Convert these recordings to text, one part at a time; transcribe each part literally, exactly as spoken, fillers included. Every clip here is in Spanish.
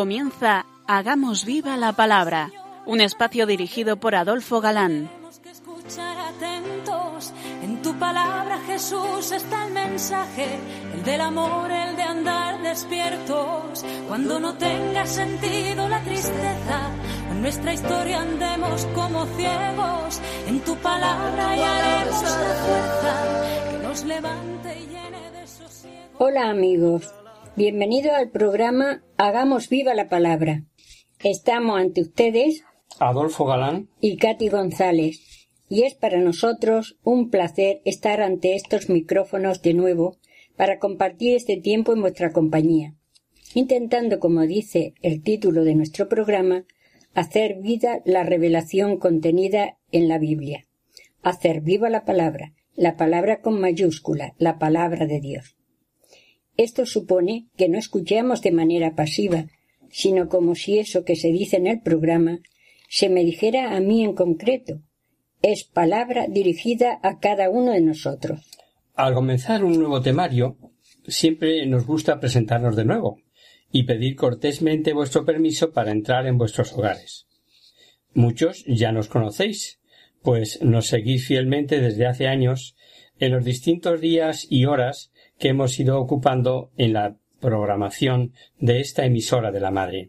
Comienza Hagamos Viva la Palabra, un espacio dirigido por Adolfo Galán. Tenemos que escuchar atentos. En tu palabra, Jesús, está el mensaje, el del amor, el de andar despiertos. Cuando no tenga sentido la tristeza, en nuestra historia andemos como ciegos. En tu palabra hallaremos la fuerza que nos levante y llene de sosiego. Hola amigos, bienvenidos al programa Hagamos Viva la Palabra. Estamos ante ustedes Adolfo Galán y Katy González, y es para nosotros un placer estar ante estos micrófonos de nuevo para compartir este tiempo en vuestra compañía, intentando, como dice el título de nuestro programa, hacer vida la revelación contenida en la Biblia, hacer viva la palabra, la palabra con mayúscula, la palabra de Dios. Esto supone que no escuchemos de manera pasiva, sino como si eso que se dice en el programa se me dijera a mí en concreto. Es palabra dirigida a cada uno de nosotros. Al comenzar un nuevo temario, siempre nos gusta presentarnos de nuevo y pedir cortésmente vuestro permiso para entrar en vuestros hogares. Muchos ya nos conocéis, pues nos seguís fielmente desde hace años en los distintos días y horas que hemos ido ocupando en la programación de esta emisora de la Madre.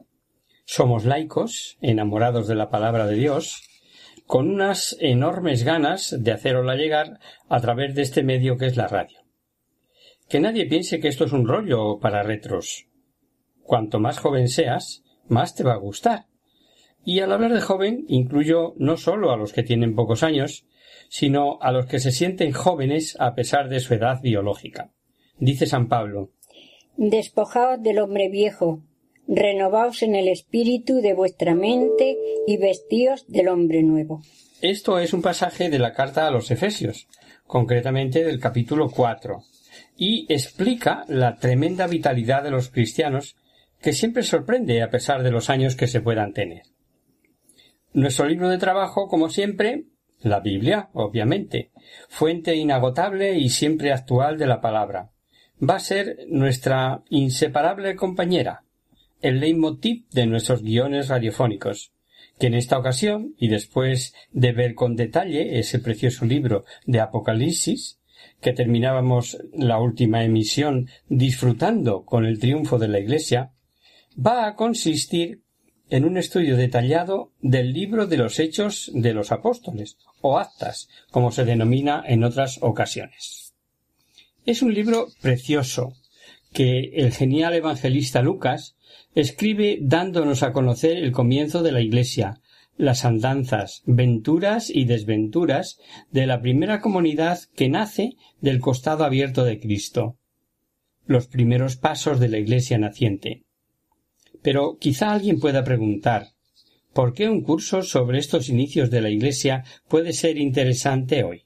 Somos laicos, enamorados de la palabra de Dios, con unas enormes ganas de hacerosla llegar a través de este medio que es la radio. Que nadie piense que esto es un rollo para retros. Cuanto más joven seas, más te va a gustar. Y al hablar de joven, incluyo no solo a los que tienen pocos años, sino a los que se sienten jóvenes a pesar de su edad biológica. Dice San Pablo: Despojaos del hombre viejo, renovaos en el espíritu de vuestra mente y vestíos del hombre nuevo. Esto es un pasaje de la carta a los Efesios, concretamente del capítulo cuatro, y explica la tremenda vitalidad de los cristianos que siempre sorprende a pesar de los años que se puedan tener. Nuestro libro de trabajo, como siempre, la Biblia, obviamente, fuente inagotable y siempre actual de la palabra, va a ser nuestra inseparable compañera, el leitmotiv de nuestros guiones radiofónicos, que en esta ocasión, y después de ver con detalle ese precioso libro de Apocalipsis, que terminábamos la última emisión disfrutando con el triunfo de la Iglesia, va a consistir en un estudio detallado del libro de los Hechos de los Apóstoles, o Actas, como se denomina en otras ocasiones. Es un libro precioso que el genial evangelista Lucas escribe dándonos a conocer el comienzo de la Iglesia, las andanzas, venturas y desventuras de la primera comunidad que nace del costado abierto de Cristo, los primeros pasos de la Iglesia naciente. Pero quizá alguien pueda preguntar, ¿por qué un curso sobre estos inicios de la Iglesia puede ser interesante hoy?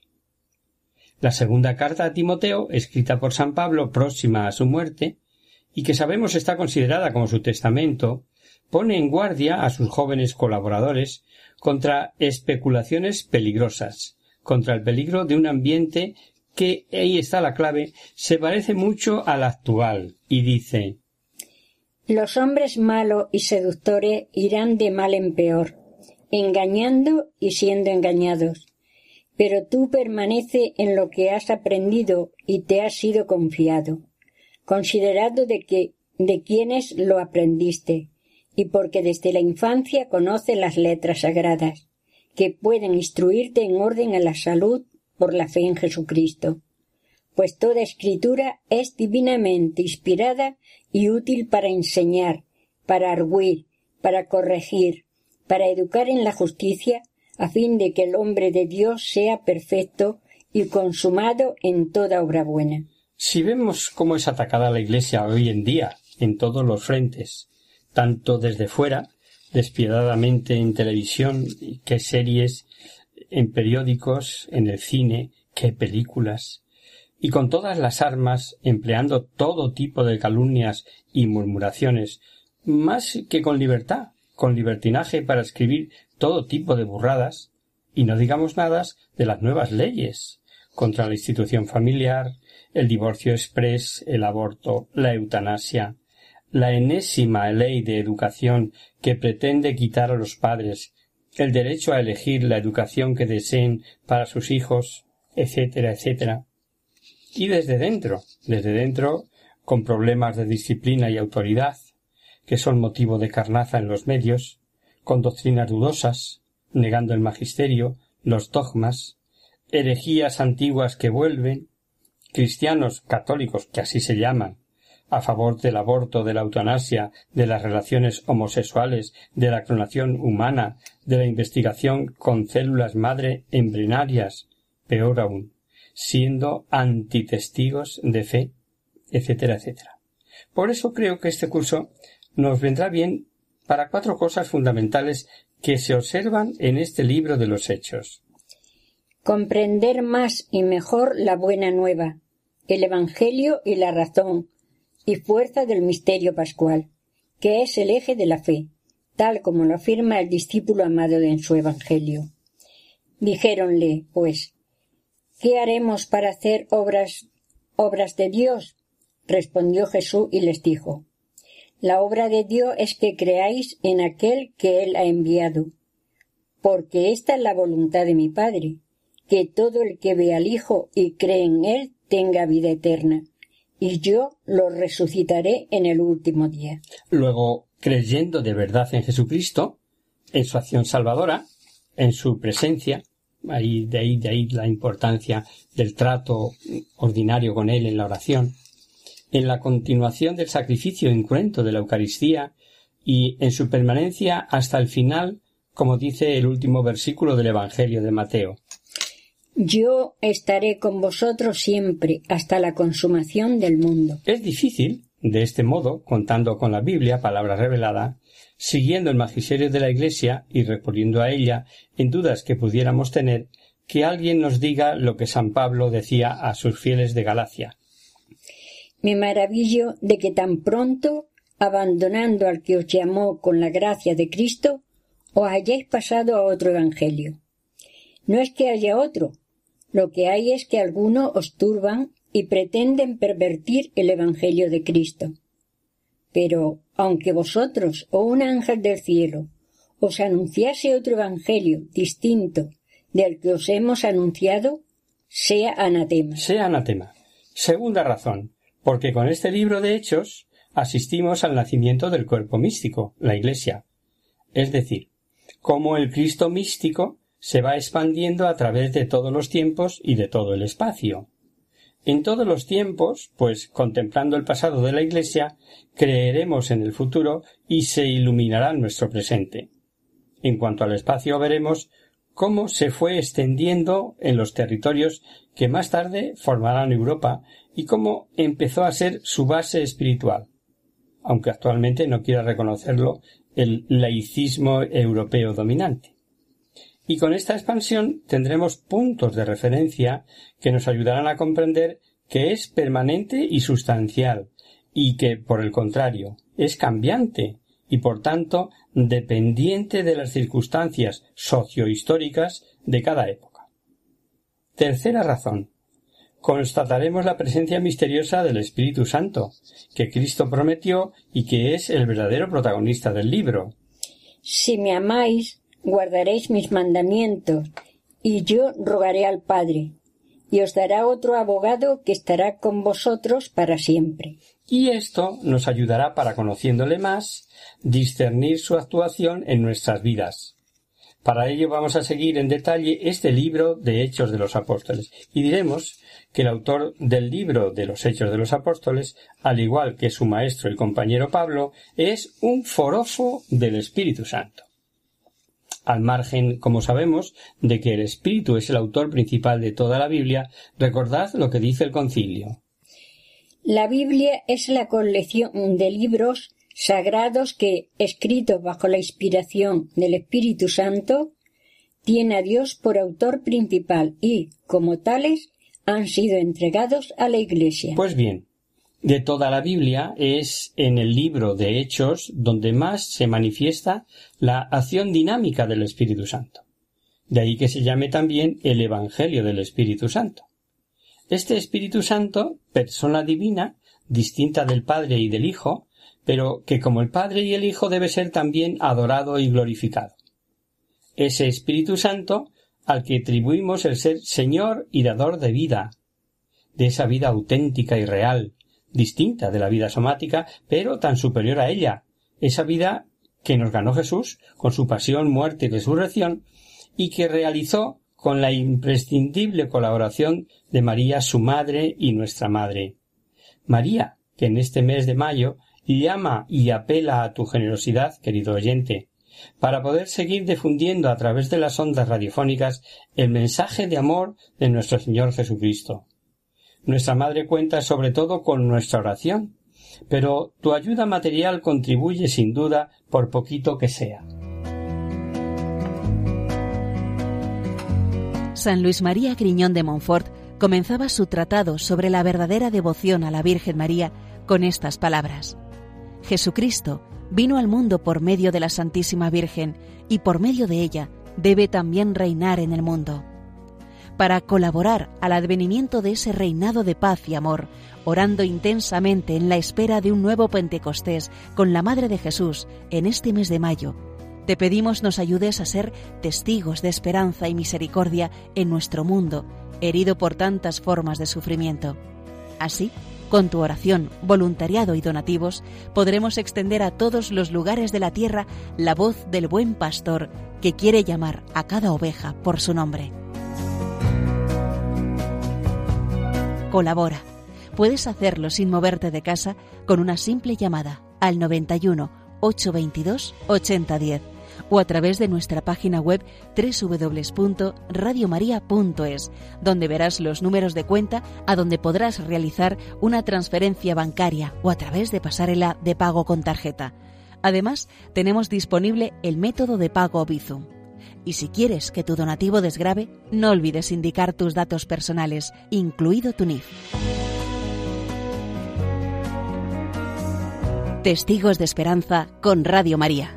La segunda carta a Timoteo, escrita por San Pablo próxima a su muerte, y que sabemos está considerada como su testamento, pone en guardia a sus jóvenes colaboradores contra especulaciones peligrosas, contra el peligro de un ambiente que, ahí está la clave, se parece mucho al actual, y dice: Los hombres malos y seductores irán de mal en peor, engañando y siendo engañados. Pero tú permanece en lo que has aprendido y te has sido confiado, considerado de que de quienes lo aprendiste, y porque desde la infancia conoces las letras sagradas, que pueden instruirte en orden a la salud por la fe en Jesucristo. Pues toda escritura es divinamente inspirada y útil para enseñar, para argüir, para corregir, para educar en la justicia, a fin de que el hombre de Dios sea perfecto y consumado en toda obra buena. Si vemos cómo es atacada la Iglesia hoy en día, en todos los frentes, tanto desde fuera, despiadadamente en televisión, que series, en periódicos, en el cine, que películas, y con todas las armas, empleando todo tipo de calumnias y murmuraciones, más que con libertad, con libertinaje para escribir todo tipo de burradas, y no digamos nada de las nuevas leyes contra la institución familiar, el divorcio exprés, el aborto, la eutanasia, la enésima ley de educación que pretende quitar a los padres el derecho a elegir la educación que deseen para sus hijos, etcétera, etcétera. Y desde dentro, desde dentro, con problemas de disciplina y autoridad, que son motivo de carnaza en los medios, con doctrinas dudosas, negando el magisterio, los dogmas, herejías antiguas que vuelven, cristianos católicos, que así se llaman, a favor del aborto, de la eutanasia, de las relaciones homosexuales, de la clonación humana, de la investigación con células madre embrionarias, peor aún, siendo antitestigos de fe, etcétera, etcétera. Por eso creo que este curso nos vendrá bien para cuatro cosas fundamentales que se observan en este libro de los Hechos. Comprender más y mejor la buena nueva, el Evangelio y la razón y fuerza del misterio pascual, que es el eje de la fe, tal como lo afirma el discípulo amado en su Evangelio. Dijéronle, pues, ¿qué haremos para hacer obras, obras de Dios? Respondió Jesús y les dijo, la obra de Dios es que creáis en aquel que Él ha enviado, porque esta es la voluntad de mi Padre, que todo el que ve al Hijo y cree en Él tenga vida eterna, y yo lo resucitaré en el último día. Luego, creyendo de verdad en Jesucristo, en su acción salvadora, en su presencia, ahí, de ahí, de ahí la importancia del trato ordinario con Él en la oración, en la continuación del sacrificio incruento de la Eucaristía y en su permanencia hasta el final, como dice el último versículo del Evangelio de Mateo. Yo estaré con vosotros siempre hasta la consumación del mundo. Es difícil, de este modo, contando con la Biblia, palabra revelada, siguiendo el magisterio de la Iglesia y respondiendo a ella en dudas que pudiéramos tener, que alguien nos diga lo que San Pablo decía a sus fieles de Galacia. Me maravillo de que tan pronto, abandonando al que os llamó con la gracia de Cristo, os hayáis pasado a otro evangelio. No es que haya otro, lo que hay es que algunos os turban y pretenden pervertir el evangelio de Cristo. Pero, aunque vosotros o un ángel del cielo os anunciase otro evangelio distinto del que os hemos anunciado, sea anatema. Sea anatema. Segunda razón, porque con este libro de Hechos asistimos al nacimiento del cuerpo místico, la Iglesia. Es decir, cómo el Cristo místico se va expandiendo a través de todos los tiempos y de todo el espacio. En todos los tiempos, pues contemplando el pasado de la Iglesia, creeremos en el futuro y se iluminará nuestro presente. En cuanto al espacio, veremos cómo se fue extendiendo en los territorios que más tarde formarán Europa y cómo empezó a ser su base espiritual, aunque actualmente no quiera reconocerlo el laicismo europeo dominante. Y con esta expansión tendremos puntos de referencia que nos ayudarán a comprender que es permanente y sustancial, y que, por el contrario, es cambiante y, por tanto, dependiente de las circunstancias sociohistóricas de cada época. Tercera razón. Constataremos la presencia misteriosa del Espíritu Santo, que Cristo prometió y que es el verdadero protagonista del libro. Si me amáis, guardaréis mis mandamientos, y yo rogaré al Padre, y os dará otro abogado que estará con vosotros para siempre. Y esto nos ayudará para, conociéndole más, discernir su actuación en nuestras vidas. Para ello vamos a seguir en detalle este libro de Hechos de los Apóstoles, y diremos que el autor del libro de los Hechos de los Apóstoles, al igual que su maestro y compañero Pablo, es un forofo del Espíritu Santo. Al margen, como sabemos, de que el Espíritu es el autor principal de toda la Biblia, recordad lo que dice el Concilio. La Biblia es la colección de libros sagrados que, escritos bajo la inspiración del Espíritu Santo, tiene a Dios por autor principal y, como tales, han sido entregados a la Iglesia. Pues bien, de toda la Biblia es en el libro de Hechos donde más se manifiesta la acción dinámica del Espíritu Santo. De ahí que se llame también el Evangelio del Espíritu Santo. Este Espíritu Santo, persona divina, distinta del Padre y del Hijo, pero que como el Padre y el Hijo debe ser también adorado y glorificado. Ese Espíritu Santo al que atribuimos el ser Señor y dador de vida, de esa vida auténtica y real, distinta de la vida somática, pero tan superior a ella, esa vida que nos ganó Jesús con su pasión, muerte y resurrección, y que realizó con la imprescindible colaboración de María, su madre y nuestra madre. María, que en este mes de mayo llama y apela a tu generosidad, querido oyente, para poder seguir difundiendo a través de las ondas radiofónicas el mensaje de amor de nuestro Señor Jesucristo. Nuestra Madre cuenta sobre todo con nuestra oración, pero tu ayuda material contribuye sin duda, por poquito que sea. San Luis María Griñón de Montfort comenzaba su tratado sobre la verdadera devoción a la Virgen María con estas palabras: Jesucristo vino al mundo por medio de la Santísima Virgen y por medio de ella debe también reinar en el mundo. Para colaborar al advenimiento de ese reinado de paz y amor, orando intensamente en la espera de un nuevo Pentecostés con la Madre de Jesús en este mes de mayo, te pedimos nos ayudes a ser testigos de esperanza y misericordia en nuestro mundo, herido por tantas formas de sufrimiento. Así, con tu oración, voluntariado y donativos, podremos extender a todos los lugares de la tierra la voz del buen pastor que quiere llamar a cada oveja por su nombre. Colabora. Puedes hacerlo sin moverte de casa con una simple llamada al noventa y uno, ochocientos veintidós, ochenta diez o a través de nuestra página web doble u doble u doble u punto radio maría punto es, donde verás los números de cuenta a donde podrás realizar una transferencia bancaria o a través de pasarela de pago con tarjeta. Además, tenemos disponible el método de pago Bizum. Y si quieres que tu donativo desgrave, no olvides indicar tus datos personales, incluido tu N I F. Testigos de Esperanza con Radio María.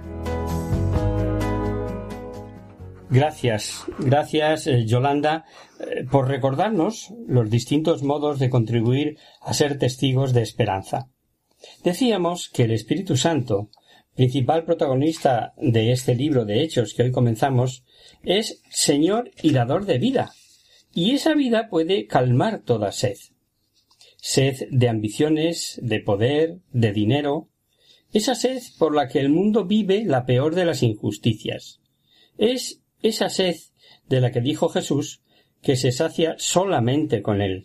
Gracias, gracias eh, Yolanda, eh, por recordarnos los distintos modos de contribuir a ser testigos de esperanza. Decíamos que el Espíritu Santo, principal protagonista de este libro de Hechos que hoy comenzamos, es Señor y dador de vida, y esa vida puede calmar toda sed. Sed de ambiciones, de poder, de dinero, esa sed por la que el mundo vive la peor de las injusticias. Es esa sed de la que dijo Jesús que se sacia solamente con él.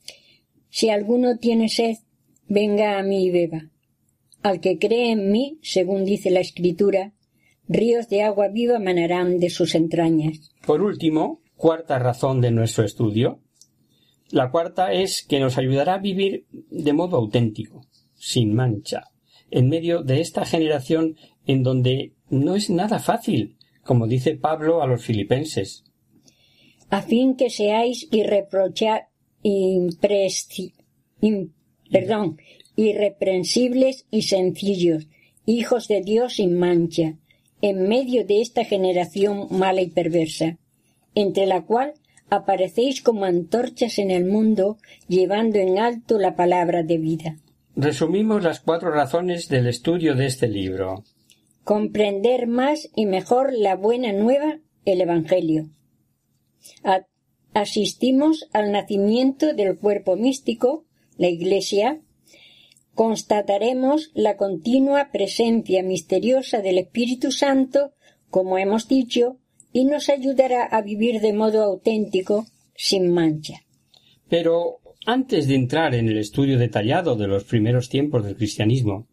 Si alguno tiene sed, venga a mí y beba. Al que cree en mí, según dice la Escritura, ríos de agua viva manarán de sus entrañas. Por último, cuarta razón de nuestro estudio. La cuarta es que nos ayudará a vivir de modo auténtico, sin mancha, en medio de esta generación en donde no es nada fácil, como dice Pablo a los filipenses. A fin que seáis irreprocha, impresi, im, perdón, irreprensibles y sencillos, hijos de Dios sin mancha, en medio de esta generación mala y perversa, entre la cual aparecéis como antorchas en el mundo, llevando en alto la palabra de vida. Resumimos las cuatro razones del estudio de este libro. Comprender más y mejor la buena nueva, el Evangelio. A- asistimos al nacimiento del cuerpo místico, la Iglesia. Constataremos la continua presencia misteriosa del Espíritu Santo, como hemos dicho, y nos ayudará a vivir de modo auténtico, sin mancha. Pero antes de entrar en el estudio detallado de los primeros tiempos del cristianismo,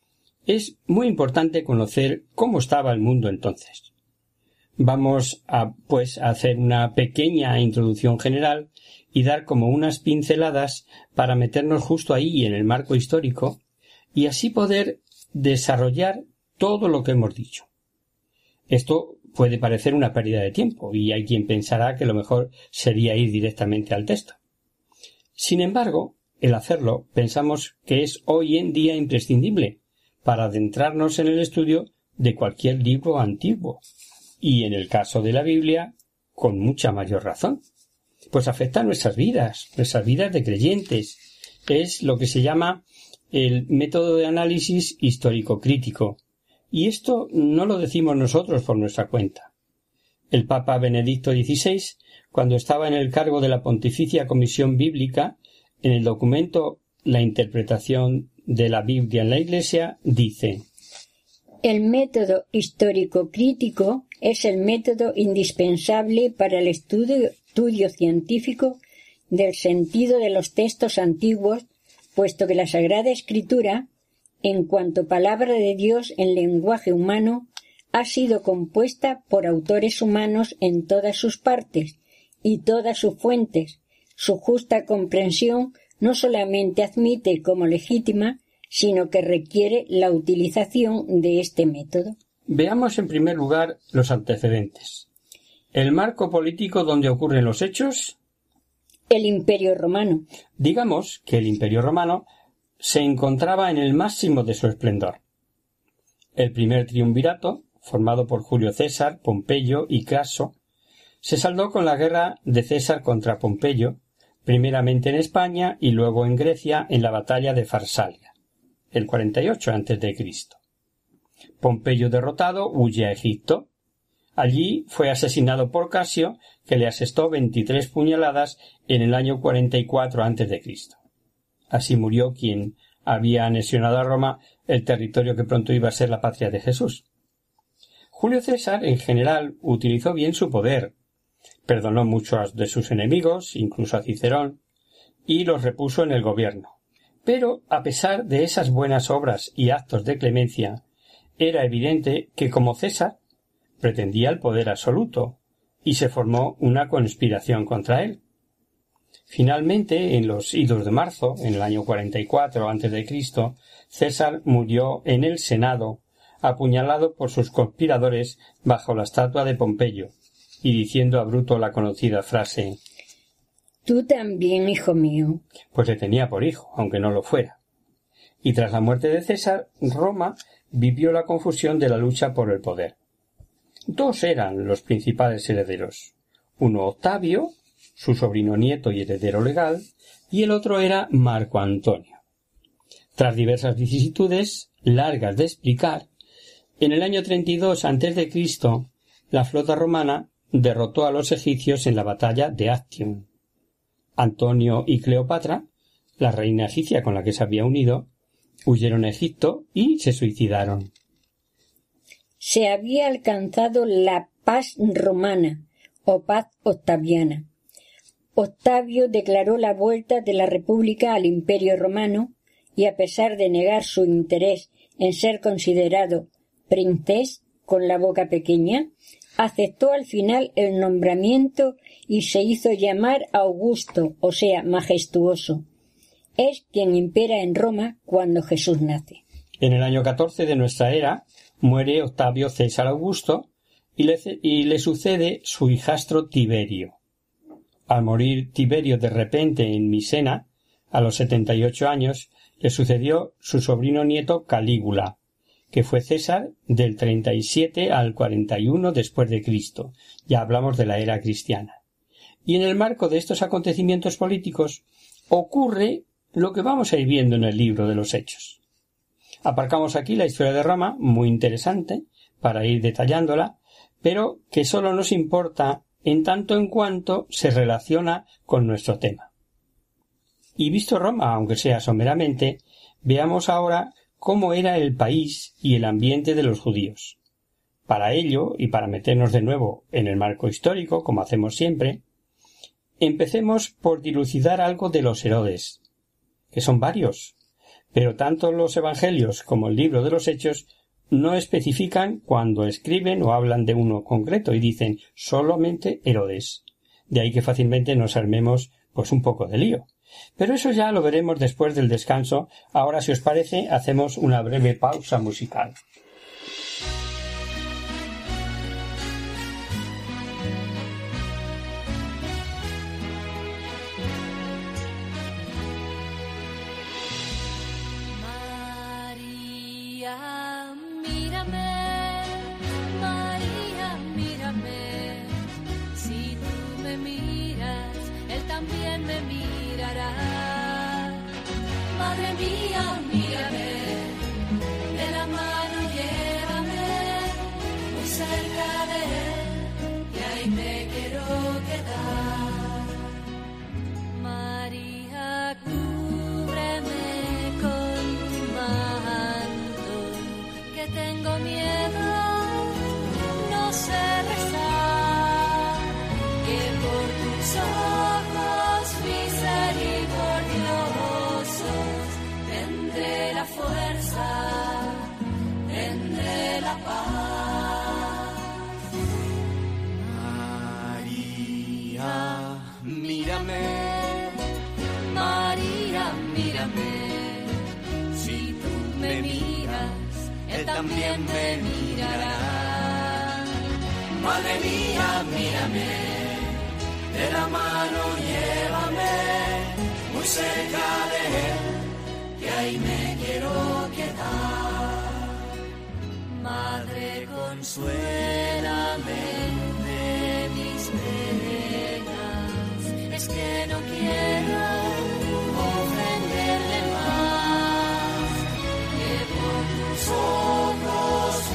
es muy importante conocer cómo estaba el mundo entonces. Vamos a, pues, a hacer una pequeña introducción general y dar como unas pinceladas para meternos justo ahí en el marco histórico y así poder desarrollar todo lo que hemos dicho. Esto puede parecer una pérdida de tiempo y hay quien pensará que lo mejor sería ir directamente al texto. Sin embargo, el hacerlo pensamos que es hoy en día imprescindible para adentrarnos en el estudio de cualquier libro antiguo, y en el caso de la Biblia, con mucha mayor razón, pues afecta a nuestras vidas, nuestras vidas de creyentes. Es lo que se llama el método de análisis histórico-crítico. Y esto no lo decimos nosotros por nuestra cuenta. El Papa Benedicto dieciséis, cuando estaba en el cargo de la Pontificia Comisión Bíblica, en el documento La interpretación de la Biblia en la Iglesia, dice: el método histórico-crítico es el método indispensable para el estudio, estudio científico del sentido de los textos antiguos, puesto que la Sagrada Escritura, en cuanto palabra de Dios en lenguaje humano, ha sido compuesta por autores humanos en todas sus partes y todas sus fuentes. Su justa comprensión no solamente admite como legítima, sino que requiere la utilización de este método. Veamos en primer lugar los antecedentes. ¿El marco político donde ocurren los hechos? El Imperio Romano. Digamos que el Imperio Romano se encontraba en el máximo de su esplendor. El primer triunvirato, formado por Julio César, Pompeyo y Craso, se saldó con la guerra de César contra Pompeyo, primeramente en España y luego en Grecia en la batalla de Farsalia, el cuarenta y ocho antes de Cristo. Pompeyo derrotado huye a Egipto. Allí fue asesinado por Casio, que le asestó veintitrés puñaladas en el año cuarenta y cuatro antes de Cristo. Así murió quien había anexionado a Roma, el territorio que pronto iba a ser la patria de Jesús. Julio César, en general, utilizó bien su poder. Perdonó muchos de sus enemigos, incluso a Cicerón, y los repuso en el gobierno. Pero, a pesar de esas buenas obras y actos de clemencia, era evidente que, como César, pretendía el poder absoluto, y se formó una conspiración contra él. Finalmente, en los idos de marzo, en el año cuarenta y cuatro antes de Cristo, César murió en el Senado, apuñalado por sus conspiradores bajo la estatua de Pompeyo, y diciendo a Bruto la conocida frase: «Tú también, hijo mío». Pues le tenía por hijo, aunque no lo fuera. Y tras la muerte de César, Roma vivió la confusión de la lucha por el poder. Dos eran los principales herederos. Uno Octavio, su sobrino nieto y heredero legal, y el otro era Marco Antonio. Tras diversas vicisitudes, largas de explicar, en el año treinta y dos antes de Cristo, la flota romana derrotó a los egipcios en la batalla de Actium. Antonio y Cleopatra, la reina egipcia con la que se había unido, huyeron a Egipto y se suicidaron. Se había alcanzado la paz romana, o paz octaviana. Octavio declaró la vuelta de la República al Imperio Romano y, a pesar de negar su interés en ser considerado princés con la boca pequeña, aceptó al final el nombramiento y se hizo llamar Augusto, o sea, majestuoso. Es quien impera en Roma cuando Jesús nace. En el año catorce de nuestra era muere Octavio César Augusto y le, y le sucede su hijastro Tiberio. Al morir Tiberio de repente en Misena, a los setenta y ocho años, le sucedió su sobrino nieto Calígula, que fue César del treinta y siete al cuarenta y uno después de Cristo. Ya hablamos de la era cristiana. Y en el marco de estos acontecimientos políticos ocurre lo que vamos a ir viendo en el libro de los Hechos. Aparcamos aquí la historia de Roma, muy interesante, para ir detallándola, pero que sólo nos importa en tanto en cuanto se relaciona con nuestro tema. Y visto Roma, aunque sea someramente, veamos ahora cómo era el país y el ambiente de los judíos. Para ello, y para meternos de nuevo en el marco histórico, como hacemos siempre, empecemos por dilucidar algo de los Herodes, que son varios, pero tanto los Evangelios como el libro de los Hechos no especifican cuando escriben o hablan de uno concreto y dicen solamente Herodes. De ahí que fácilmente nos armemos pues un poco de lío. Pero eso ya lo veremos después del descanso. Ahora, si os parece, hacemos una breve pausa musical. También me mirará. Madre mía, mírame, de la mano llévame, muy cerca de Él, que ahí me quiero quedar. María, cúbreme con tu manto, que tengo miedo, no sé rezar, que por tus ojos misericordiosos tendré la fuerza, tendré la paz. María, mírame. María, mírame, si tú me miras, Él también me mirará. Madre mía, mírame, de la mano llévame, muy cerca de Él, que ahí me quiero quedar. Madre, consuélame de mis penas, es que no quiero ofenderle más, que por tus ojos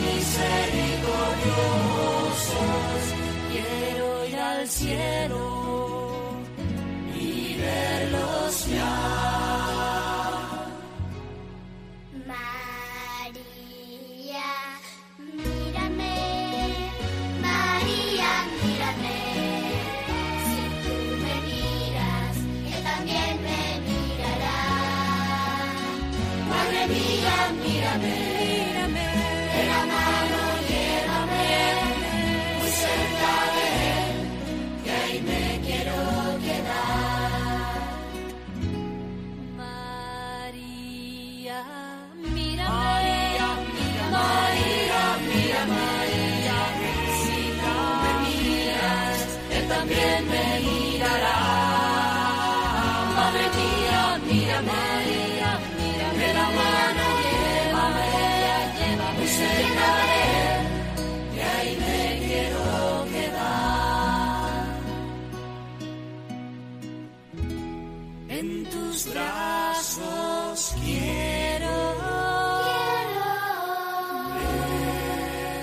misericordiosos quiero ir al cielo y verlos ya. Mía, mírame, mírame, de la mano llévame, muy cerca de Él, que ahí me quiero quedar. María, mírame, María, mírame, María, mírame, María, si tú me miras, Él también me mirará. Madre mía, mírame, de la mano llévame, llévame cerca de Él, que ahí me quiero quedar. En tus brazos quiero, quiero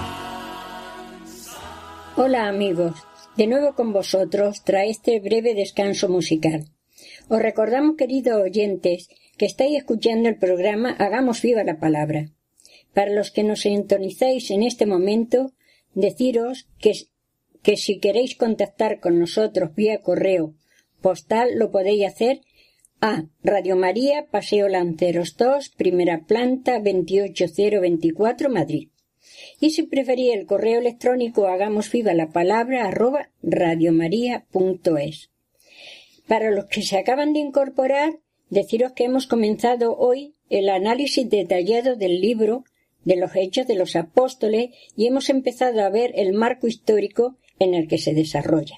descansar. Hola amigos, de nuevo con vosotros trae este breve descanso musical. Os recordamos, queridos oyentes, que estáis escuchando el programa Hagamos Viva la Palabra. Para los que nos sintonizáis en este momento, deciros que, que si queréis contactar con nosotros vía correo postal lo podéis hacer a Radio María, Paseo Lanceros dos, primera planta, veintiocho mil veinticuatro, Madrid. Y si preferís el correo electrónico, hagamos viva la palabra arroba radiomaria punto es. Para los que se acaban de incorporar, deciros que hemos comenzado hoy el análisis detallado del libro de los Hechos de los Apóstoles y hemos empezado a ver el marco histórico en el que se desarrolla.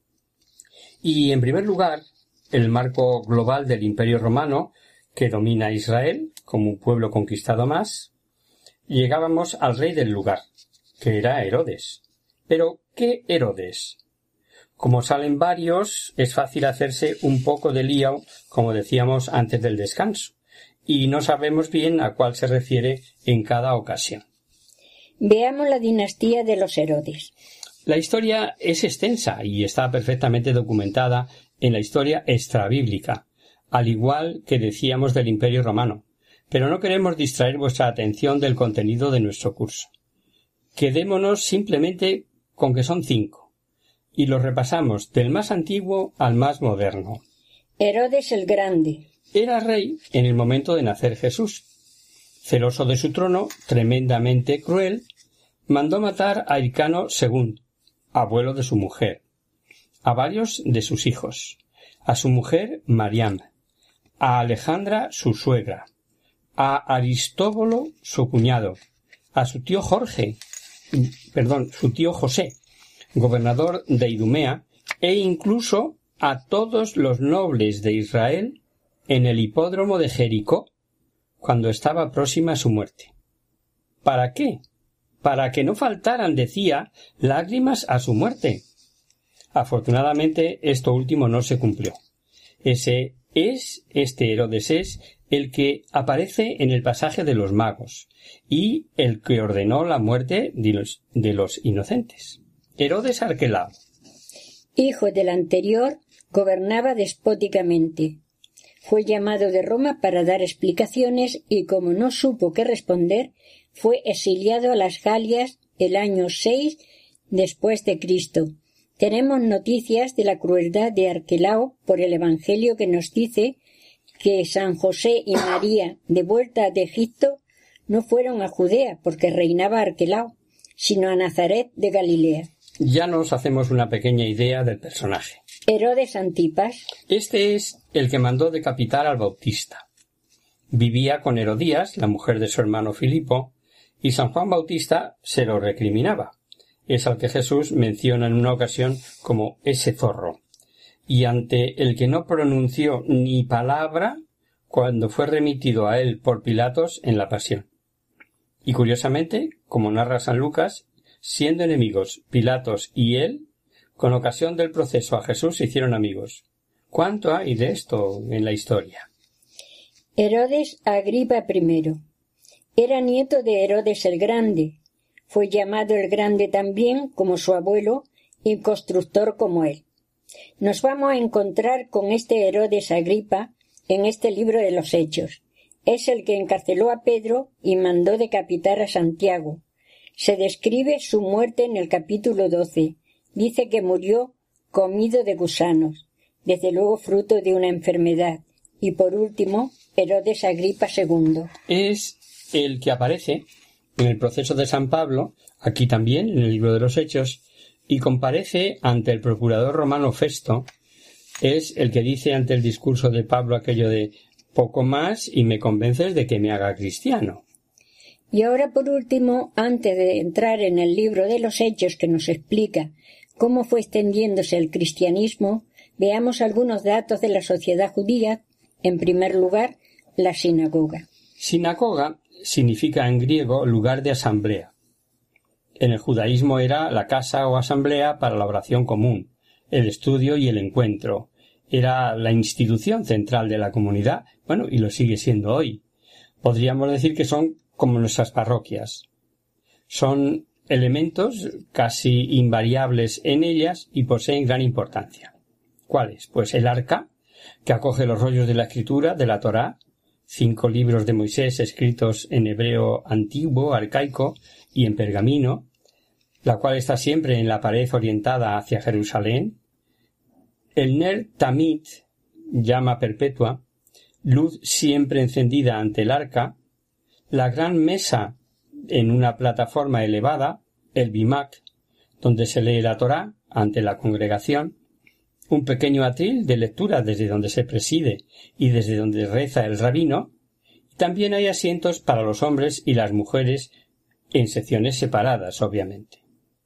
Y en primer lugar, el marco global del Imperio Romano que domina a Israel como un pueblo conquistado más. Llegábamos al rey del lugar, que era Herodes. Pero, ¿qué Herodes? Como salen varios, es fácil hacerse un poco de lío, como decíamos antes del descanso, y no sabemos bien a cuál se refiere en cada ocasión. Veamos la dinastía de los Herodes. La historia es extensa y está perfectamente documentada en la historia extrabíblica, al igual que decíamos del Imperio Romano, pero no queremos distraer vuestra atención del contenido de nuestro curso. Quedémonos simplemente con que son cinco. Y los repasamos del más antiguo al más moderno. Herodes el Grande. Era rey en el momento de nacer Jesús. Celoso de su trono, tremendamente cruel, mandó matar a Hircano segundo, abuelo de su mujer, a varios de sus hijos, a su mujer Mariam, a Alejandra su suegra, a Aristóbulo su cuñado, a su tío Jorge, perdón, su tío José, gobernador de Idumea, e incluso a todos los nobles de Israel en el hipódromo de Jericó, cuando estaba próxima a su muerte. ¿Para qué? Para que no faltaran, decía, lágrimas a su muerte. Afortunadamente, esto último no se cumplió. Ese Es este Herodes es el que aparece en el pasaje de los magos y el que ordenó la muerte de los, de los inocentes. Herodes Arquelao, hijo del anterior, gobernaba despóticamente. Fue llamado de Roma para dar explicaciones y, como no supo qué responder, fue exiliado a las Galias el año seis después de Cristo. Tenemos noticias de la crueldad de Arquelao por el Evangelio, que nos dice que San José y María, de vuelta de Egipto, no fueron a Judea porque reinaba Arquelao, sino a Nazaret de Galilea. Ya nos hacemos una pequeña idea del personaje. Herodes Antipas. Este es el que mandó decapitar al Bautista. Vivía con Herodías, la mujer de su hermano Filipo, y San Juan Bautista se lo recriminaba. Es al que Jesús menciona en una ocasión como ese zorro, y ante el que no pronunció ni palabra cuando fue remitido a él por Pilatos en la pasión. Y curiosamente, como narra San Lucas, siendo enemigos Pilatos y él, con ocasión del proceso a Jesús se hicieron amigos. ¿Cuánto hay de esto en la historia? Herodes Agripa primero. Era nieto de Herodes el Grande. Fue llamado el Grande también, como su abuelo, y constructor como él. Nos vamos a encontrar con este Herodes Agripa en este libro de los Hechos. Es el que encarceló a Pedro y mandó decapitar a Santiago. Se describe su muerte en el capítulo doce. Dice que murió comido de gusanos, desde luego fruto de una enfermedad. Y por último, Herodes Agripa segundo. Es el que aparece en el proceso de San Pablo, aquí también, en el libro de los Hechos, y comparece ante el procurador romano Festo. Es el que dice ante el discurso de Pablo aquello de poco más y me convences de que me haga cristiano. Y ahora, por último, antes de entrar en el libro de los Hechos que nos explica cómo fue extendiéndose el cristianismo, veamos algunos datos de la sociedad judía. En primer lugar, la sinagoga. Sinagoga significa en griego lugar de asamblea. En el judaísmo era la casa o asamblea para la oración común, el estudio y el encuentro. Era la institución central de la comunidad, bueno, y lo sigue siendo hoy. Podríamos decir que son como nuestras parroquias. Son elementos casi invariables en ellas y poseen gran importancia. ¿Cuáles? Pues el arca, que acoge los rollos de la escritura, de la Torá, cinco libros de Moisés escritos en hebreo antiguo, arcaico y en pergamino, la cual está siempre en la pared orientada hacia Jerusalén. El Ner Tamid, llama perpetua, luz siempre encendida ante el arca. La gran mesa en una plataforma elevada, el bimak, donde se lee la Torá ante la congregación. Un pequeño atril de lectura desde donde se preside y desde donde reza el rabino. También hay asientos para los hombres y las mujeres en secciones separadas, obviamente.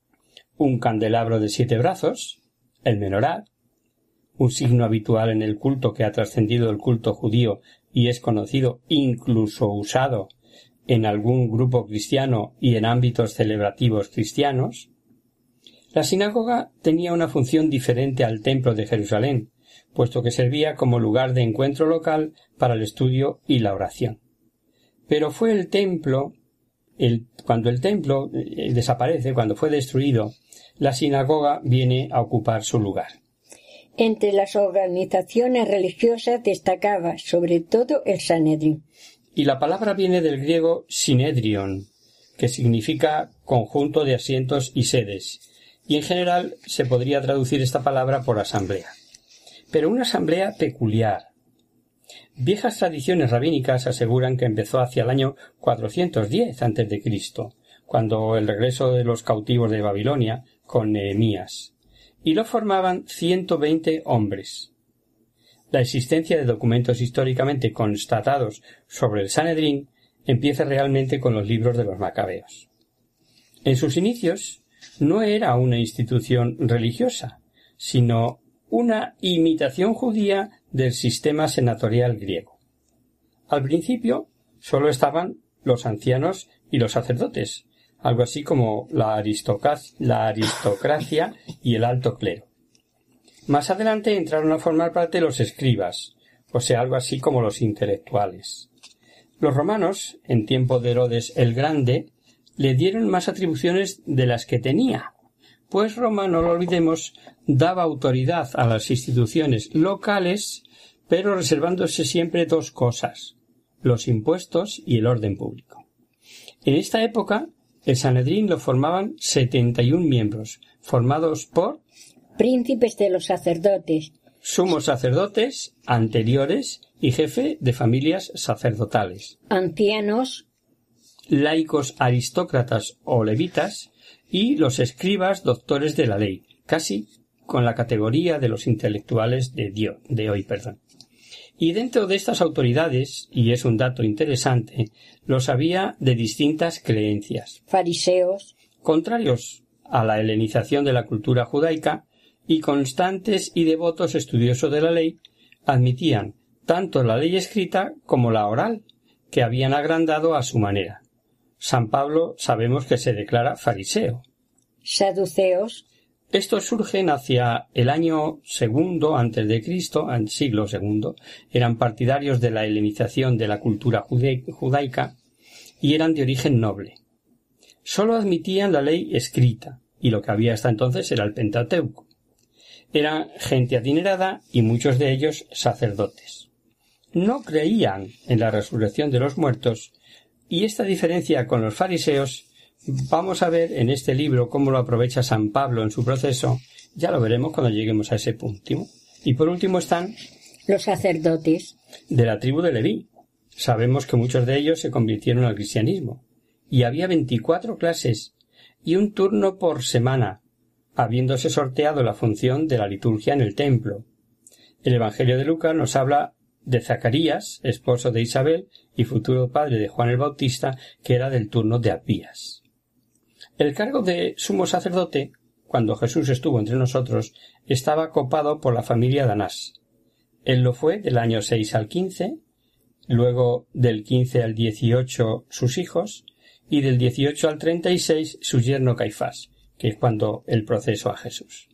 Un candelabro de siete brazos, el menorá, un signo habitual en el culto que ha trascendido el culto judío y es conocido, incluso usado, en algún grupo cristiano y en ámbitos celebrativos cristianos. La sinagoga tenía una función diferente al templo de Jerusalén, puesto que servía como lugar de encuentro local para el estudio y la oración. Pero fue el templo, el, cuando el templo eh, desaparece, cuando fue destruido, la sinagoga viene a ocupar su lugar. Entre las organizaciones religiosas destacaba sobre todo el Sanedrín. Y la palabra viene del griego sinedrion, que significa conjunto de asientos y sedes, y en general se podría traducir esta palabra por asamblea. Pero una asamblea peculiar. Viejas tradiciones rabínicas aseguran que empezó hacia el año cuatrocientos diez antes de Cristo, cuando el regreso de los cautivos de Babilonia con Nehemías, y lo formaban ciento veinte hombres. La existencia de documentos históricamente constatados sobre el Sanedrín empieza realmente con los libros de los Macabeos. En sus inicios no era una institución religiosa, sino una imitación judía del sistema senatorial griego. Al principio solo estaban los ancianos y los sacerdotes, algo así como la aristocracia, la aristocracia y el alto clero. Más adelante entraron a formar parte los escribas, o sea, algo así como los intelectuales. Los romanos, en tiempo de Herodes el Grande, le dieron más atribuciones de las que tenía, pues Roma, no lo olvidemos, daba autoridad a las instituciones locales, pero reservándose siempre dos cosas: los impuestos y el orden público. En esta época, el Sanedrín lo formaban setenta y un miembros, formados por príncipes de los sacerdotes, sumos sacerdotes anteriores y jefe de familias sacerdotales, ancianos, laicos aristócratas o levitas y los escribas doctores de la ley, casi con la categoría de los intelectuales de, Dios, de hoy. Perdón. Y dentro de estas autoridades, y es un dato interesante, los había de distintas creencias. Fariseos, contrarios a la helenización de la cultura judaica y constantes y devotos estudiosos de la ley, admitían tanto la ley escrita como la oral, que habían agrandado a su manera. San Pablo sabemos que se declara fariseo. Saduceos. Estos surgen hacia el año segundo antes de Cristo, en siglo segundo, eran partidarios de la helenización de la cultura judaica y eran de origen noble. Sólo admitían la ley escrita, y lo que había hasta entonces era el Pentateuco. Eran gente adinerada y muchos de ellos sacerdotes. No creían en la resurrección de los muertos, y esta diferencia con los fariseos vamos a ver en este libro cómo lo aprovecha San Pablo en su proceso. Ya lo veremos cuando lleguemos a ese punto. Y por último están los sacerdotes de la tribu de Leví. Sabemos que muchos de ellos se convirtieron al cristianismo. Y había veinticuatro clases y un turno por semana, habiéndose sorteado la función de la liturgia en el templo. El Evangelio de Lucas nos habla de Zacarías, esposo de Isabel y futuro padre de Juan el Bautista, que era del turno de Abías. El cargo de sumo sacerdote, cuando Jesús estuvo entre nosotros, estaba copado por la familia de Anás. Él lo fue del año seis al quince, luego del quince al dieciocho sus hijos, y del dieciocho al treinta y seis su yerno Caifás, que es cuando el proceso a Jesús.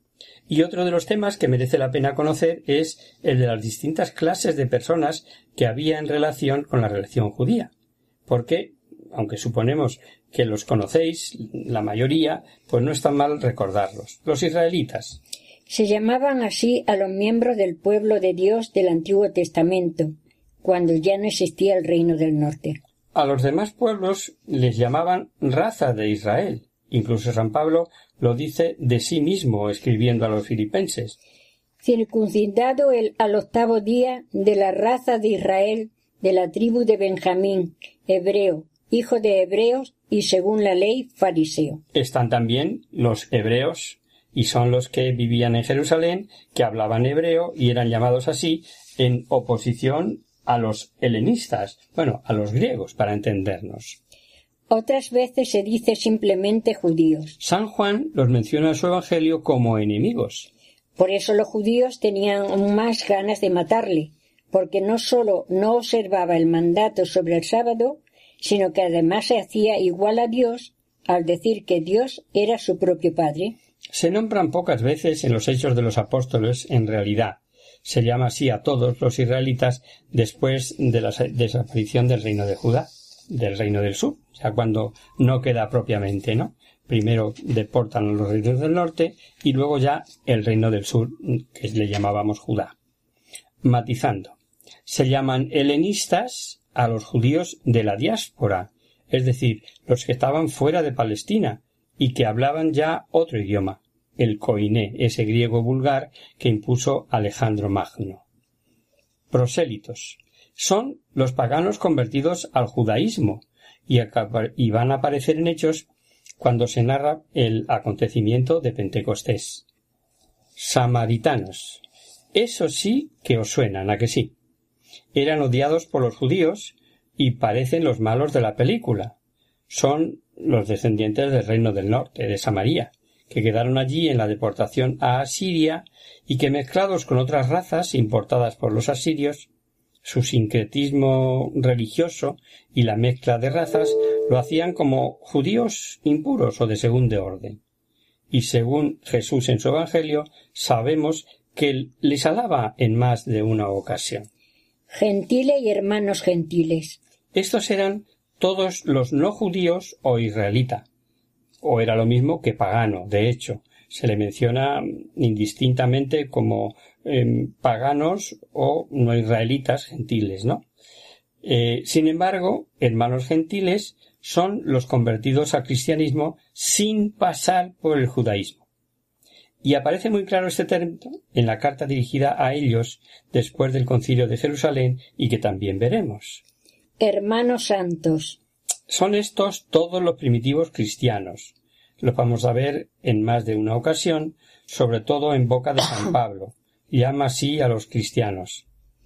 Y otro de los temas que merece la pena conocer es el de las distintas clases de personas que había en relación con la religión judía, porque, aunque suponemos que los conocéis, la mayoría, pues no está mal recordarlos. Los israelitas. Se llamaban así a los miembros del pueblo de Dios del Antiguo Testamento, cuando ya no existía el reino del norte. A los demás pueblos les llamaban raza de Israel. Incluso San Pablo lo dice de sí mismo escribiendo a los filipenses. Circuncidado el al octavo día de la raza de Israel, de la tribu de Benjamín, hebreo, hijo de hebreos y según la ley fariseo. Están también los hebreos, y son los que vivían en Jerusalén, que hablaban hebreo y eran llamados así en oposición a los helenistas, bueno, a los griegos, para entendernos. Otras veces se dice simplemente judíos. San Juan los menciona en su Evangelio como enemigos. Por eso los judíos tenían aún más ganas de matarle, porque no sólo no observaba el mandato sobre el sábado, sino que además se hacía igual a Dios al decir que Dios era su propio Padre. Se nombran pocas veces en los Hechos de los Apóstoles, en realidad. Se llama así a todos los israelitas después de la desaparición del reino de Judá, del reino del sur, o sea, cuando no queda propiamente, ¿no? Primero deportan a los reinos del norte y luego ya el reino del sur, que le llamábamos Judá. Matizando, se llaman helenistas a los judíos de la diáspora, es decir, los que estaban fuera de Palestina y que hablaban ya otro idioma, el koiné, ese griego vulgar que impuso Alejandro Magno. Prosélitos. Son los paganos convertidos al judaísmo y, y van a aparecer en Hechos cuando se narra el acontecimiento de Pentecostés. Samaritanos. Eso sí que os suenan, ¿a que sí? Eran odiados por los judíos y parecen los malos de la película. Son los descendientes del reino del norte, de Samaria, que quedaron allí en la deportación a Asiria y que mezclados con otras razas importadas por los asirios, su sincretismo religioso y la mezcla de razas lo hacían como judíos impuros o de segundo orden. Y según Jesús en su Evangelio, sabemos que les alaba en más de una ocasión. gentiles y hermanos gentiles. Estos eran todos los no judíos o israelita, o era lo mismo que pagano. De hecho, se le menciona indistintamente como eh, paganos o no israelitas gentiles, ¿no? Eh, sin embargo, hermanos gentiles son los convertidos al cristianismo sin pasar por el judaísmo. Y aparece muy claro este término en la carta dirigida a ellos después del Concilio de Jerusalén y que también veremos. Hermanos santos. Son estos todos los primitivos cristianos. Los vamos a ver en más de una ocasión, sobre todo en boca de San Pablo. Llama así a los cristianos.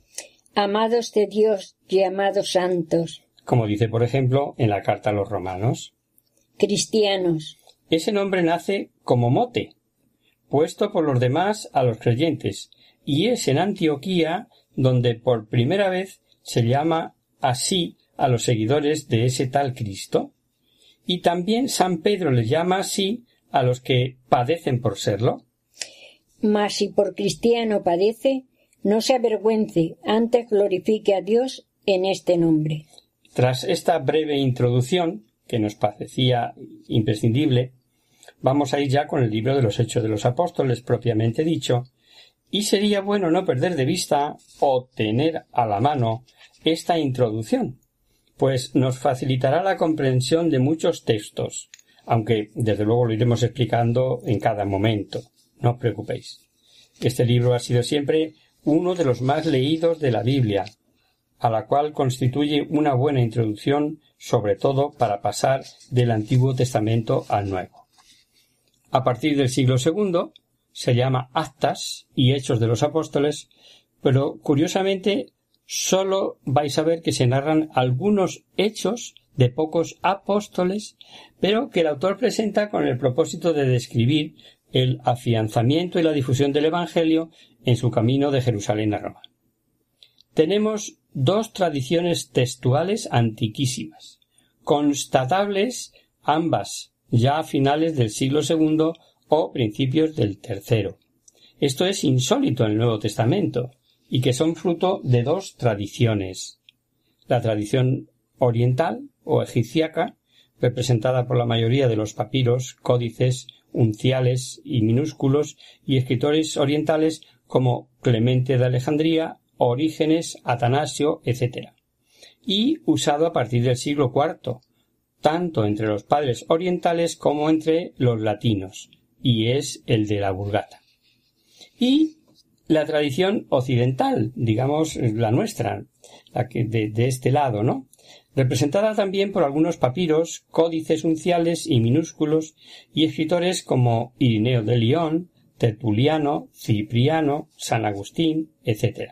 Amados de Dios, llamados santos. Como dice, por ejemplo, en la carta a los romanos. Cristianos. Ese nombre nace como mote, puesto por los demás a los creyentes, y es en Antioquía donde por primera vez se llama así a los seguidores de ese tal Cristo, y también San Pedro les llama así a los que padecen por serlo. Mas si por cristiano padece, no se avergüence, antes glorifique a Dios en este nombre. Tras esta breve introducción, que nos parecía imprescindible, vamos a ir ya con el libro de los Hechos de los Apóstoles propiamente dicho, y sería bueno no perder de vista o tener a la mano esta introducción, pues nos facilitará la comprensión de muchos textos, aunque desde luego lo iremos explicando en cada momento, no os preocupéis. Este libro ha sido siempre uno de los más leídos de la Biblia, a la cual constituye una buena introducción, sobre todo para pasar del Antiguo Testamento al Nuevo. A partir del siglo segundo se llama Actas y Hechos de los Apóstoles, pero curiosamente sólo vais a ver que se narran algunos hechos de pocos apóstoles, pero que el autor presenta con el propósito de describir el afianzamiento y la difusión del Evangelio en su camino de Jerusalén a Roma. Tenemos dos tradiciones textuales antiquísimas, constatables ambas ya a finales del siglo segundo o principios del tercero. Esto es insólito en el Nuevo Testamento, y que son fruto de dos tradiciones. La tradición oriental o egipciaca, representada por la mayoría de los papiros, códices, unciales y minúsculos, y escritores orientales como Clemente de Alejandría, Orígenes, Atanasio, etcétera, y usado a partir del siglo cuarto, tanto entre los padres orientales como entre los latinos, y es el de la Vulgata. Y la tradición occidental, digamos la nuestra, la que de, de este lado, ¿no? Representada también por algunos papiros, códices unciales y minúsculos, y escritores como Irineo de León, Tertuliano, Cipriano, San Agustín, etcétera.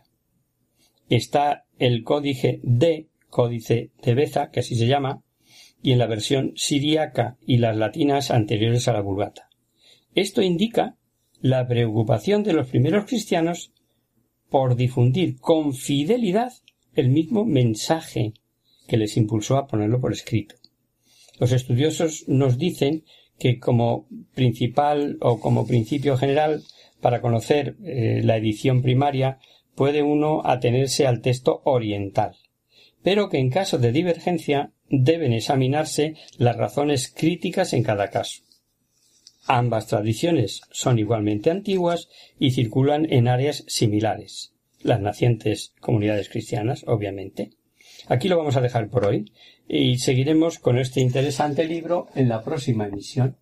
Está el códice D, códice de Beza, que así se llama, y en la versión siríaca y las latinas anteriores a la Vulgata. Esto indica la preocupación de los primeros cristianos por difundir con fidelidad el mismo mensaje que les impulsó a ponerlo por escrito. Los estudiosos nos dicen que como principal o como principio general para conocer eh, la edición primaria puede uno atenerse al texto oriental, pero que en caso de divergencia deben examinarse las razones críticas en cada caso. Ambas tradiciones son igualmente antiguas y circulan en áreas similares, las nacientes comunidades cristianas, obviamente. Aquí lo vamos a dejar por hoy y seguiremos con este interesante libro en la próxima emisión.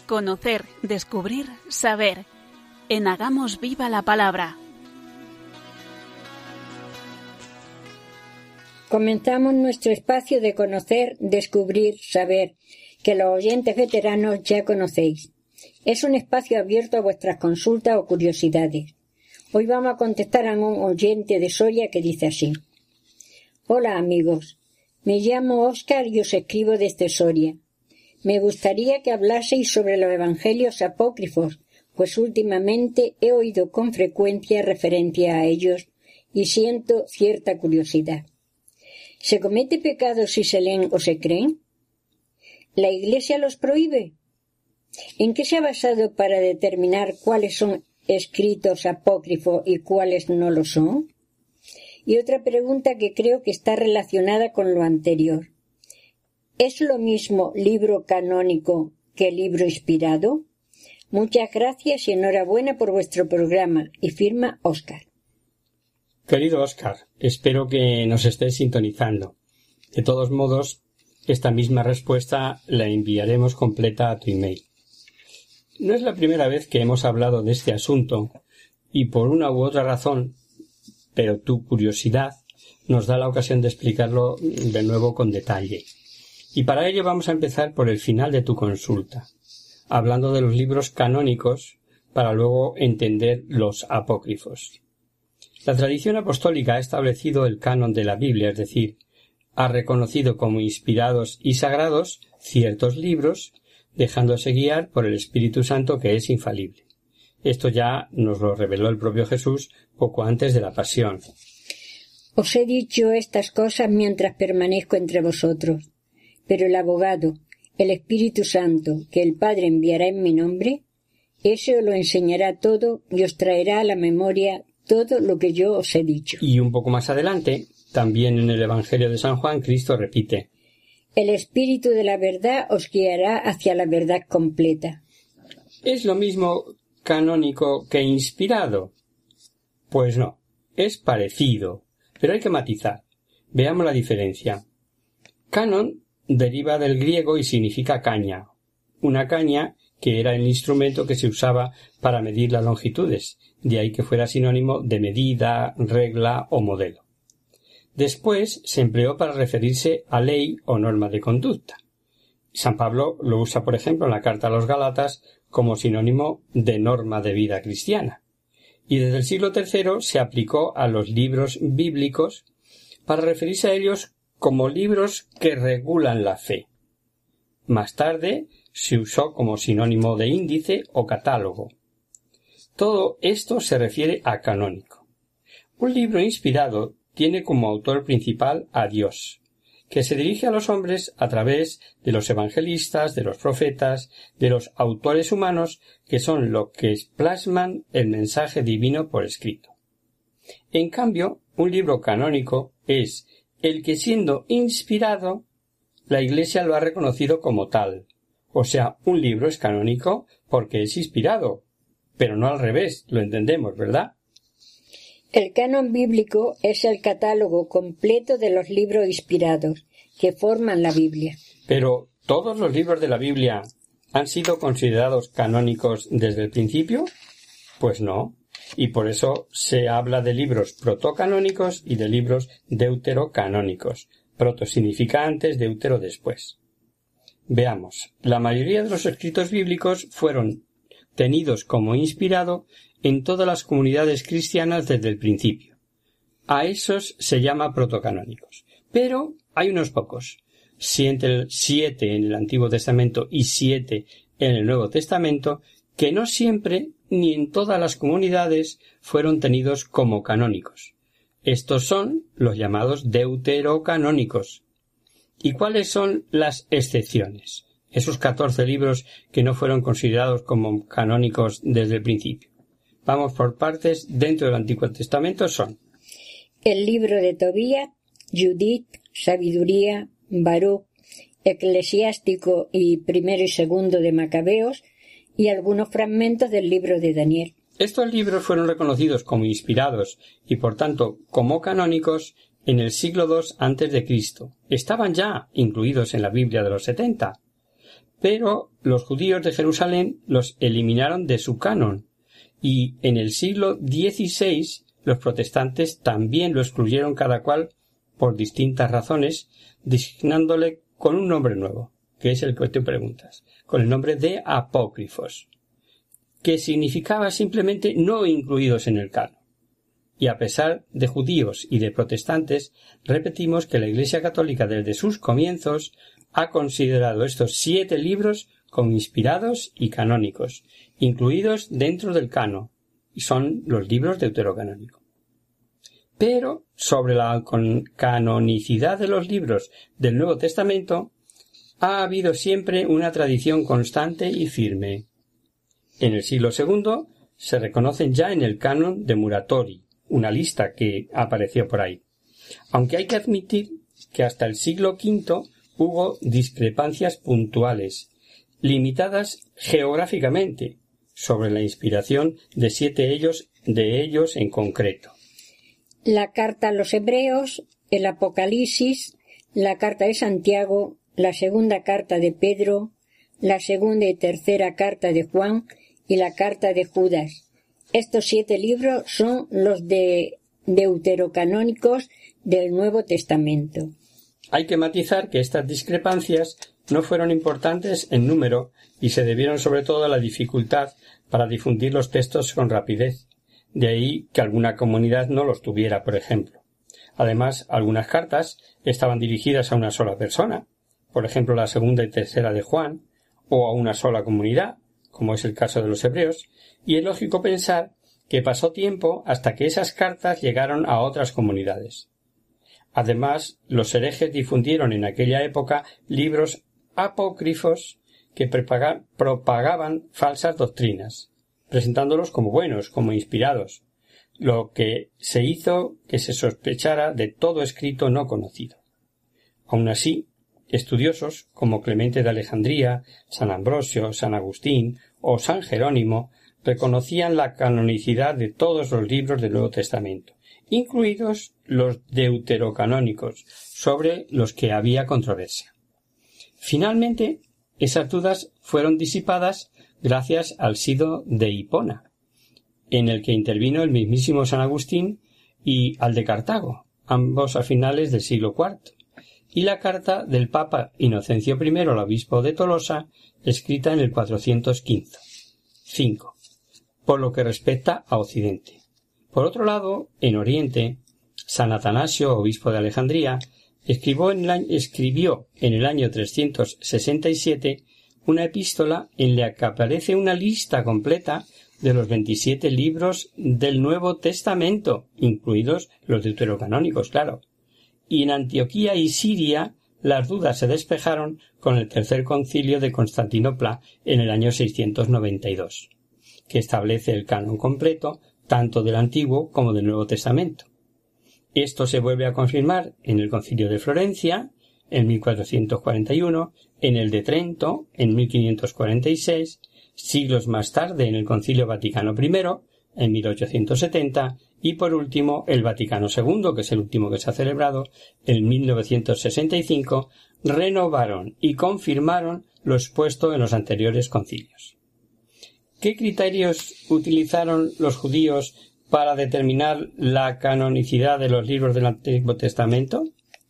Conocer, descubrir, saber. En Hagamos Viva la Palabra. Comenzamos nuestro espacio de conocer, descubrir, saber, que los oyentes veteranos ya conocéis. Es un espacio abierto a vuestras consultas o curiosidades. Hoy vamos a contestar a un oyente de Soria que dice así. Hola amigos, me llamo Óscar y os escribo desde Soria. Me gustaría que hablaseis sobre los evangelios apócrifos, pues últimamente he oído con frecuencia referencia a ellos y siento cierta curiosidad. ¿Se comete pecado si se leen o se creen? ¿La Iglesia los prohíbe? ¿En qué se ha basado para determinar cuáles son escritos apócrifos y cuáles no lo son? Y otra pregunta que creo que está relacionada con lo anterior. ¿Es lo mismo libro canónico que libro inspirado? Muchas gracias y enhorabuena por vuestro programa. Y firma Óscar. Querido Óscar, espero que nos estés sintonizando. De todos modos, esta misma respuesta la enviaremos completa a tu email. No es la primera vez que hemos hablado de este asunto y por una u otra razón, pero tu curiosidad nos da la ocasión de explicarlo de nuevo con detalle. Y para ello vamos a empezar por el final de tu consulta, hablando de los libros canónicos para luego entender los apócrifos. La tradición apostólica ha establecido el canon de la Biblia, es decir, ha reconocido como inspirados y sagrados ciertos libros, dejándose guiar por el Espíritu Santo que es infalible. Esto ya nos lo reveló el propio Jesús poco antes de la pasión. Os he dicho estas cosas mientras permanezco entre vosotros, pero el abogado, el Espíritu Santo, que el Padre enviará en mi nombre, ese os lo enseñará todo y os traerá a la memoria todo lo que yo os he dicho. Y un poco más adelante, también en el Evangelio de San Juan, Cristo repite: El Espíritu de la verdad os guiará hacia la verdad completa. ¿Es lo mismo canónico que inspirado? Pues no, es parecido, pero hay que matizar. Veamos la diferencia. Canon deriva del griego y significa caña, una caña que era el instrumento que se usaba para medir las longitudes, de ahí que fuera sinónimo de medida, regla o modelo. Después se empleó para referirse a ley o norma de conducta. San Pablo lo usa, por ejemplo, en la carta a los Gálatas como sinónimo de norma de vida cristiana. Y desde el siglo tercero se aplicó a los libros bíblicos para referirse a ellos como libros que regulan la fe. Más tarde se usó como sinónimo de índice o catálogo. Todo esto se refiere a canónico. Un libro inspirado tiene como autor principal a Dios, que se dirige a los hombres a través de los evangelistas, de los profetas, de los autores humanos, que son los que plasman el mensaje divino por escrito. En cambio, un libro canónico es el que, siendo inspirado, la Iglesia lo ha reconocido como tal. O sea, un libro es canónico porque es inspirado, pero no al revés, lo entendemos, ¿verdad? El canon bíblico es el catálogo completo de los libros inspirados que forman la Biblia. Pero, ¿todos los libros de la Biblia han sido considerados canónicos desde el principio? Pues no, y por eso se habla de libros protocanónicos y de libros deuterocanónicos. Proto significa antes, deutero después. Veamos, la mayoría de los escritos bíblicos fueron tenidos como inspirado en todas las comunidades cristianas desde el principio. A esos se llama protocanónicos. Pero hay unos pocos, siete en el Antiguo Testamento y siete en el Nuevo Testamento, que no siempre ni en todas las comunidades fueron tenidos como canónicos. Estos son los llamados deuterocanónicos. ¿Y cuáles son las excepciones? Esos catorce libros que no fueron considerados como canónicos desde el principio. Vamos por partes. Dentro del Antiguo Testamento son el libro de Tobías, Judith, Sabiduría, Baruch, Eclesiástico y primero y segundo de Macabeos y algunos fragmentos del libro de Daniel. Estos libros fueron reconocidos como inspirados y por tanto como canónicos en el siglo segundo antes de Cristo. Estaban ya incluidos en la Biblia de los setenta, pero los judíos de Jerusalén los eliminaron de su canon, y en el siglo dieciséis los protestantes también lo excluyeron cada cual por distintas razones, designándole con un nombre nuevo, que es el que te preguntas, con el nombre de apócrifos, que significaba simplemente no incluidos en el canon. Y a pesar de judíos y de protestantes, repetimos que la Iglesia Católica desde sus comienzos ha considerado estos siete libros como inspirados y canónicos, incluidos dentro del canon, y son los libros deuterocanónicos. Pero sobre la canonicidad de los libros del Nuevo Testamento ha habido siempre una tradición constante y firme. En el siglo segundo se reconocen ya en el canon de Muratori, una lista que apareció por ahí. Aunque hay que admitir que hasta el siglo quinto hubo discrepancias puntuales, limitadas geográficamente, sobre la inspiración de siete ellos, de ellos en concreto. La carta a los Hebreos, el Apocalipsis, la carta de Santiago, la segunda carta de Pedro, la segunda y tercera carta de Juan y la carta de Judas. Estos siete libros son los de deuterocanónicos del Nuevo Testamento. Hay que matizar que estas discrepancias no fueron importantes en número y se debieron sobre todo a la dificultad para difundir los textos con rapidez. De ahí que alguna comunidad no los tuviera, por ejemplo. Además, algunas cartas estaban dirigidas a una sola persona, por ejemplo la segunda y tercera de Juan, o a una sola comunidad, como es el caso de los hebreos, y es lógico pensar que pasó tiempo hasta que esas cartas llegaron a otras comunidades. Además, los herejes difundieron en aquella época libros apócrifos que propagaban falsas doctrinas, presentándolos como buenos, como inspirados, lo que se hizo que se sospechara de todo escrito no conocido. Aun así, estudiosos como Clemente de Alejandría, San Ambrosio, San Agustín o San Jerónimo reconocían la canonicidad de todos los libros del Nuevo Testamento, incluidos los deuterocanónicos, sobre los que había controversia. Finalmente, esas dudas fueron disipadas gracias al Sínodo de Hipona, en el que intervino el mismísimo San Agustín, y al de Cartago, ambos a finales del siglo cuarto, y la carta del Papa Inocencio primero al obispo de Tolosa, escrita en el cuatrocientos quince. cinco. Por lo que respecta a Occidente. Por otro lado, en Oriente, San Atanasio, obispo de Alejandría, escribió en el año, escribió en el año trescientos sesenta y siete una epístola en la que aparece una lista completa de los veintisiete libros del Nuevo Testamento, incluidos los deuterocanónicos, claro. Y en Antioquía y Siria las dudas se despejaron con el tercer concilio de Constantinopla en el año seiscientos noventa y dos, que establece el canon completo tanto del Antiguo como del Nuevo Testamento. Esto se vuelve a confirmar en el concilio de Florencia en mil cuatrocientos cuarenta y uno, en el de Trento en mil quinientos cuarenta y seis, siglos más tarde en el concilio Vaticano primero en mil ochocientos setenta y por último el Vaticano segundo, que es el último que se ha celebrado, en mil novecientos sesenta y cinco, renovaron y confirmaron lo expuesto en los anteriores concilios. ¿Qué criterios utilizaron los judíos para determinar la canonicidad de los libros del Antiguo Testamento?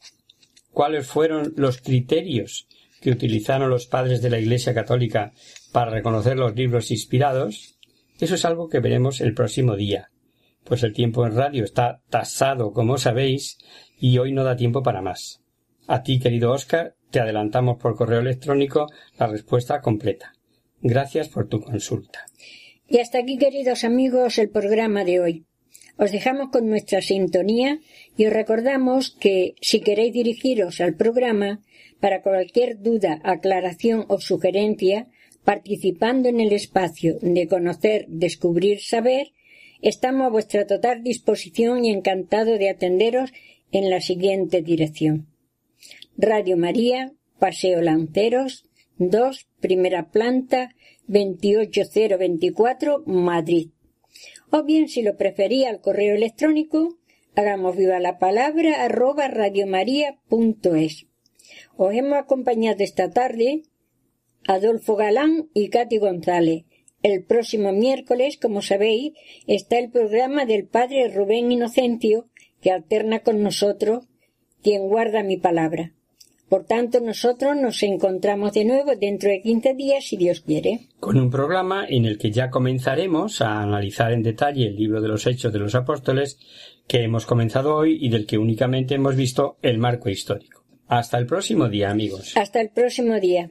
¿Cuáles fueron los criterios que utilizaron los padres de la Iglesia Católica para reconocer los libros inspirados? Eso es algo que veremos el próximo día, pues el tiempo en radio está tasado, como sabéis, y hoy no da tiempo para más. A ti, querido Óscar, te adelantamos por correo electrónico la respuesta completa. Gracias por tu consulta. Y hasta aquí, queridos amigos, el programa de hoy. Os dejamos con nuestra sintonía y os recordamos que, si queréis dirigiros al programa, para cualquier duda, aclaración o sugerencia, participando en el espacio de conocer, descubrir, saber, estamos a vuestra total disposición y encantado de atenderos en la siguiente dirección. Radio María, Paseo Lanceros, dos, primera planta, veintiocho cero veinticuatro, Madrid. O bien, si lo prefería, al correo electrónico, hagamos viva la palabra arroba radiomaria punto es. Os hemos acompañado esta tarde Adolfo Galán y Katy González. El próximo miércoles, como sabéis, está el programa del padre Rubén Inocencio, que alterna con nosotros, quien guarda mi palabra. Por tanto, nosotros nos encontramos de nuevo dentro de quince días, si Dios quiere. Con un programa en el que ya comenzaremos a analizar en detalle el libro de los Hechos de los Apóstoles que hemos comenzado hoy y del que únicamente hemos visto el marco histórico. Hasta el próximo día, amigos. Hasta el próximo día.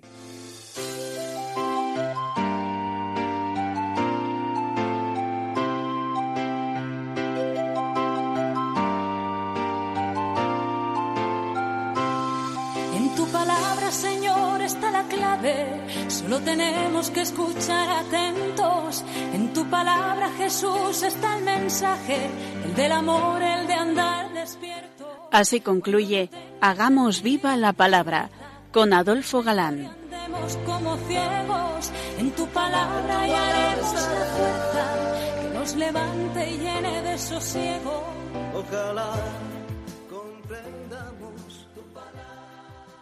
Solo tenemos que escuchar atentos. En tu palabra, Jesús, está el mensaje, el del amor, el de andar despierto. Así concluye Hagamos viva la palabra, con Adolfo Galán. Andemos como ciegos, en tu palabra y haremos la fuerza que nos levante y llene de sosiego. Ojalá